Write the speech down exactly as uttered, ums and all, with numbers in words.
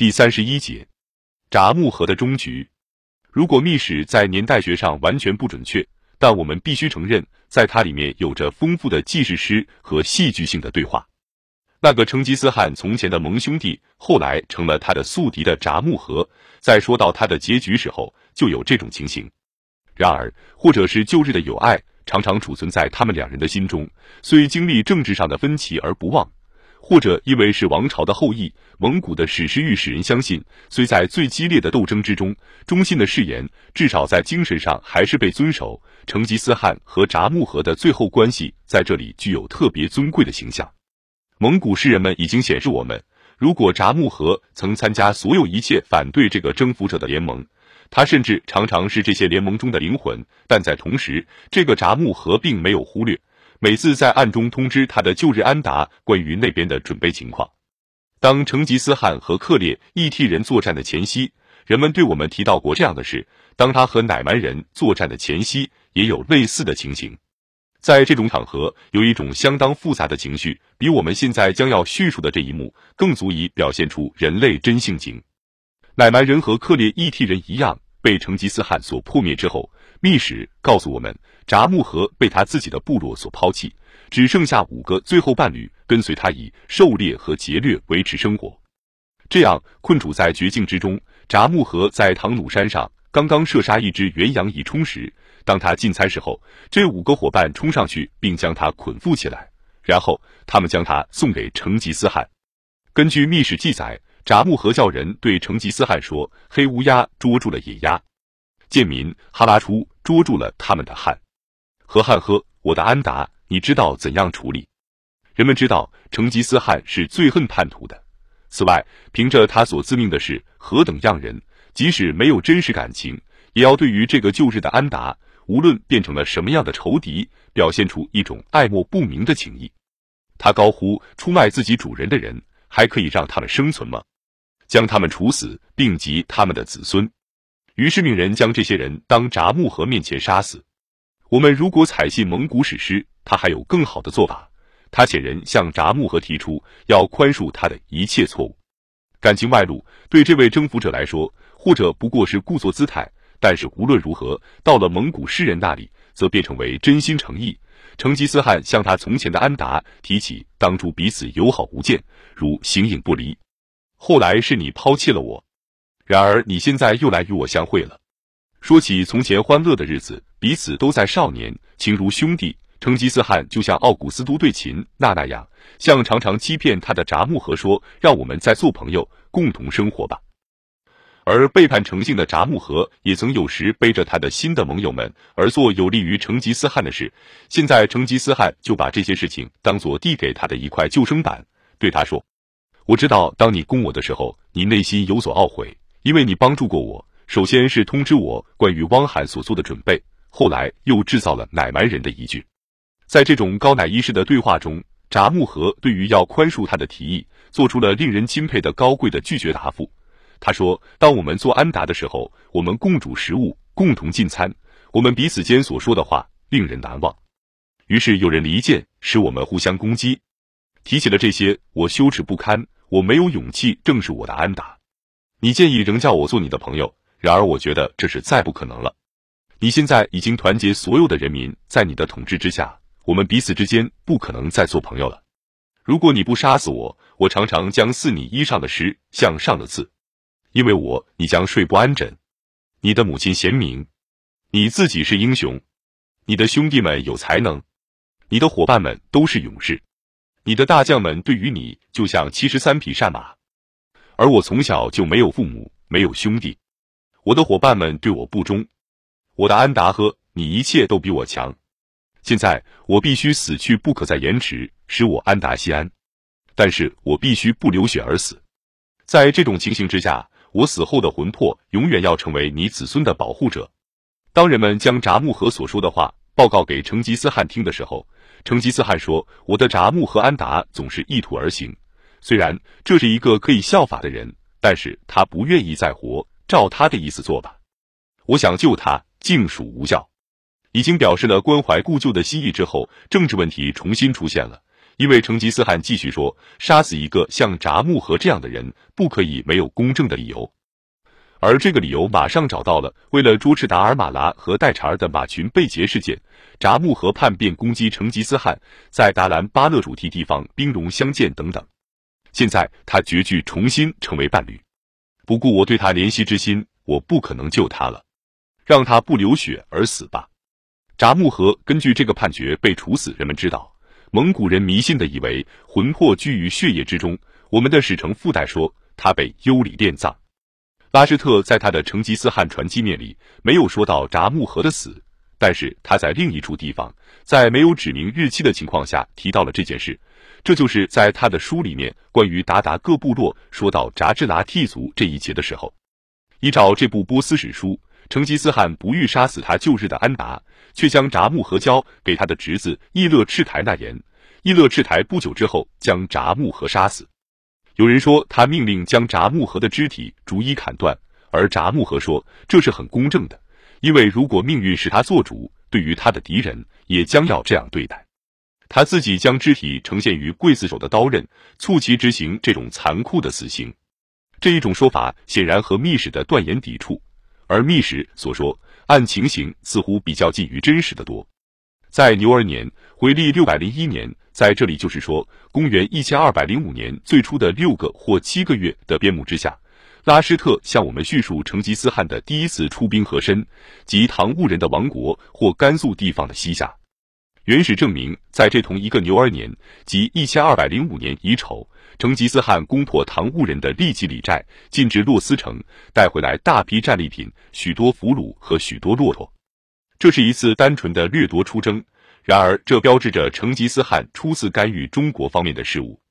第三十一节，札木合的终局。如果秘史在年代学上完全不准确，但我们必须承认，在它里面有着丰富的纪实诗和戏剧性的对话。那个成吉思汗从前的盟兄弟，后来成了他的宿敌的札木合，在说到他的结局时候，就有这种情形。然而，或者是旧日的友爱，常常储存在他们两人的心中，虽经历政治上的分歧而不忘；或者因为是王朝的后裔，蒙古的史诗欲使人相信，虽在最激烈的斗争之中，忠心的誓言至少在精神上还是被遵守。成吉思汗和札木合的最后关系在这里具有特别尊贵的形象。蒙古诗人们已经显示我们，如果札木合曾参加所有一切反对这个征服者的联盟，他甚至常常是这些联盟中的灵魂，但在同时，这个札木合并没有忽略，每次在暗中通知他的旧日安达关于那边的准备情况。当成吉思汗和克烈一替人作战的前夕，人们对我们提到过这样的事，当他和乃蛮人作战的前夕，也有类似的情形。在这种场合，有一种相当复杂的情绪，比我们现在将要叙述的这一幕更足以表现出人类真性情。乃蛮人和克烈一替人一样，被成吉思汗所破灭之后，秘史告诉我们，札木合被他自己的部落所抛弃，只剩下五个最后伴侣跟随他以狩猎和劫掠维持生活。这样困处在绝境之中，札木合在唐努山上刚刚射杀一只元阳以充时，当他进餐时候，这五个伙伴冲上去并将他捆缚起来，然后他们将他送给成吉思汗。根据秘史记载，札木合叫人对成吉思汗说，黑乌鸦捉住了野鸭，贱民哈拉出捉住了他们的汗。和汗呵，我的安达，你知道怎样处理？人们知道成吉思汗是最恨叛徒的。此外，凭着他所自命的是何等样人，即使没有真实感情，也要对于这个旧日的安达，无论变成了什么样的仇敌，表现出一种爱莫不明的情谊。他高呼出卖自己主人的人，还可以让他们生存吗？将他们处死，并及他们的子孙。于是命人将这些人当札木合面前杀死。我们如果采信蒙古史诗，他还有更好的做法。他遣人向札木合提出要宽恕他的一切错误。感情外露对这位征服者来说，或者不过是故作姿态，但是无论如何，到了蒙古诗人那里，则变成为真心诚意。成吉思汗向他从前的安达提起当初彼此友好无间，如形影不离。后来是你抛弃了我，然而你现在又来与我相会了。说起从前欢乐的日子，彼此都在少年，情如兄弟。成吉思汗就像奥古斯都对秦那那样，向常常欺骗他的札木合说，让我们再做朋友，共同生活吧。而背叛诚信的札木合也曾有时背着他的新的盟友们而做有利于成吉思汗的事，现在成吉思汗就把这些事情当作递给他的一块救生板，对他说，我知道当你攻我的时候，你内心有所懊悔，因为你帮助过我，首先是通知我关于汪罕所做的准备，后来又制造了乃蛮人的疑惧。在这种高乃伊式的对话中，札木合对于要宽恕他的提议做出了令人钦佩的高贵的拒绝答复。他说，当我们做安达的时候，我们共煮食物，共同进餐，我们彼此间所说的话令人难忘。于是有人离间，使我们互相攻击。提起了这些，我羞耻不堪，我没有勇气正视我的安达。你建议仍叫我做你的朋友，然而我觉得这是再不可能了。你现在已经团结所有的人民在你的统治之下，我们彼此之间不可能再做朋友了。如果你不杀死我，我常常将似你衣上的诗向上的刺，因为我你将睡不安枕。你的母亲贤明，你自己是英雄，你的兄弟们有才能，你的伙伴们都是勇士，你的大将们对于你就像七十三匹善马。而我从小就没有父母，没有兄弟，我的伙伴们对我不忠。我的安达呵，你一切都比我强。现在我必须死去，不可再延迟，使我安达西安。但是我必须不流血而死。在这种情形之下，我死后的魂魄永远要成为你子孙的保护者。当人们将札木合所说的话报告给成吉思汗听的时候，成吉思汗说，我的札木合安达总是一途而行。虽然这是一个可以效法的人，但是他不愿意再活，照他的意思做吧。我想救他，竟属无效。已经表示了关怀故旧的心意之后，政治问题重新出现了。 因为成吉思汗继续说，杀死一个像札木合这样的人，不可以没有公正的理由。而这个理由马上找到了，为了捉持达尔马拉和代察尔的马群被劫事件，札木合叛变攻击成吉思汗，在达兰巴勒主题地方兵戎相见等等。现在他决句重新成为伴侣，不顾我对他怜惜之心，我不可能救他了，让他不流血而死吧。札木合根据这个判决被处死。人们知道，蒙古人迷信的以为魂魄居于血液之中，我们的史承附带说他被优里殓葬。拉施特在他的成吉思汗传纪念里没有说到札木合的死，但是他在另一处地方，在没有指明日期的情况下提到了这件事，这就是在他的书里面关于鞑靼各部落说到札支那剃族这一节的时候。依照这部波斯史书，成吉思汗不欲杀死他旧日的安达，却将札木合交给他的侄子伊勒赤台那言，伊勒赤台不久之后将札木合杀死。有人说他命令将札木合的肢体逐一砍断，而札木合说这是很公正的，因为如果命运是他做主，对于他的敌人也将要这样对待。他自己将肢体呈现于刽子手的刀刃，促其执行这种残酷的死刑。这一种说法显然和密史的断言抵触，而密史所说按情形似乎比较近于真实的多。在牛儿年回历六百零一年，在这里就是说公元一千二百零五年最初的六个或七个月的编目之下，拉施特向我们叙述成吉思汗的第一次出兵和珅，即唐兀人的王国或甘肃地方的西夏。原始证明，在这同一个牛儿年，即一千二百零五年乙丑，成吉思汗攻破唐兀人的利吉里寨，进至洛斯城，带回来大批战利品、许多俘虏和许多骆驼。这是一次单纯的掠夺出征，然而这标志着成吉思汗初次干预中国方面的事务，